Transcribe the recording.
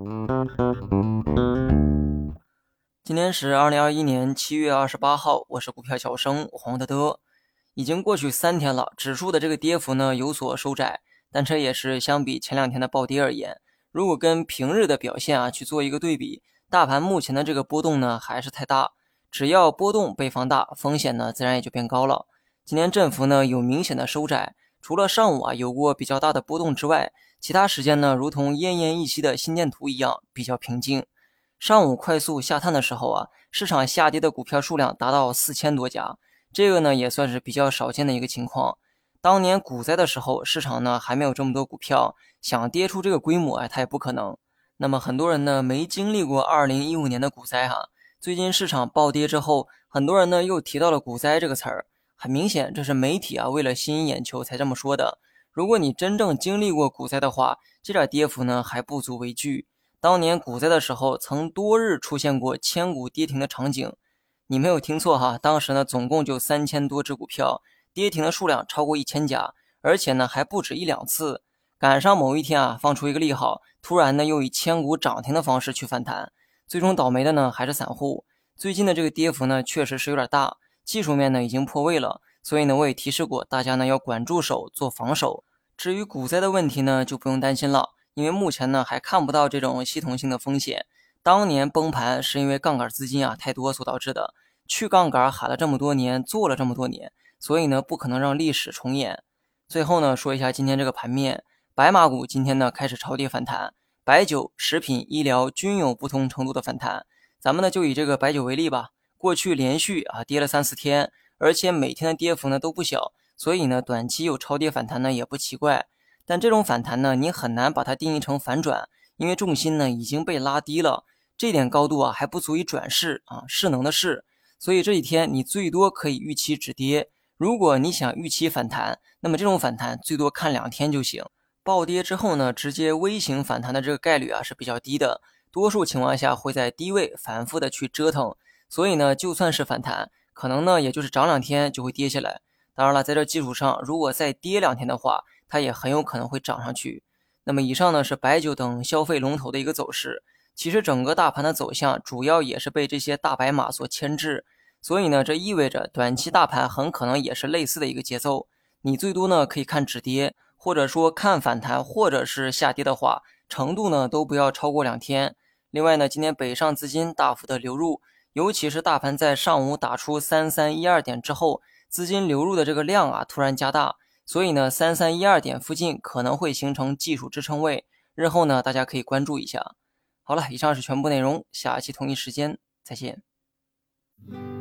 今天是2021年7月28号，我是股票小生黄德德。已经过去3天了，指数的这个跌幅呢有所收窄，但这也是相比前2天的暴跌而言，如果跟平日的表现去做一个对比，大盘目前的这个波动呢还是太大，只要波动被放大，风险呢自然也就变高了。今天振幅呢有明显的收窄，除了上午有过比较大的波动之外，其他时间呢如同奄奄一息的心电图一样比较平静。上午快速下探的时候市场下跌的股票数量达到4000多家，这个呢也算是比较少见的一个情况。当年股灾的时候，市场呢还没有这么多股票，想跌出这个规模它也不可能。那么很多人呢没经历过2015年的股灾最近市场暴跌之后，很多人呢又提到了股灾这个词儿，很明显这是媒体为了吸引眼球才这么说的。如果你真正经历过股灾的话，这点跌幅呢还不足为惧。当年股灾的时候，曾多日出现过千股跌停的场景。你没有听错当时呢总共就3000多只股票，跌停的数量超过1000家，而且呢还不止1-2次。赶上某一天放出一个利好，突然呢又以千股涨停的方式去反弹，最终倒霉的呢还是散户。最近的这个跌幅呢确实是有点大，技术面呢已经破位了，所以呢我也提示过大家呢要管住手做防守。至于股灾的问题呢就不用担心了，因为目前呢还看不到这种系统性的风险。当年崩盘是因为杠杆资金太多所导致的，去杠杆喊了这么多年，做了这么多年，所以呢不可能让历史重演。最后呢说一下今天这个盘面，白马股今天呢开始超跌反弹，白酒、食品、医疗均有不同程度的反弹。咱们呢就以这个白酒为例吧，过去连续跌了3-4天，而且每天的跌幅呢都不小，所以呢短期有超跌反弹呢也不奇怪。但这种反弹呢，你很难把它定义成反转，因为重心呢已经被拉低了，这点高度还不足以转势势能的势，所以这几天你最多可以预期止跌。如果你想预期反弹，那么这种反弹最多看2天就行。暴跌之后呢，直接微型反弹的这个概率是比较低的，多数情况下会在低位反复的去折腾，所以呢，就算是反弹，可能呢也就是涨2天就会跌下来。当然了，在这基础上，如果再跌2天的话，它也很有可能会涨上去。那么以上呢是白酒等消费龙头的一个走势，其实整个大盘的走向主要也是被这些大白马所牵制，所以呢这意味着短期大盘很可能也是类似的一个节奏，你最多呢可以看止跌，或者说看反弹或者是下跌的话，程度呢都不要超过2天。另外呢今天北上资金大幅的流入，尤其是大盘在上午打出3312点之后，资金流入的这个量突然加大，所以呢3312点附近可能会形成技术支撑位，日后呢大家可以关注一下。好了，以上是全部内容，下期同一时间再见。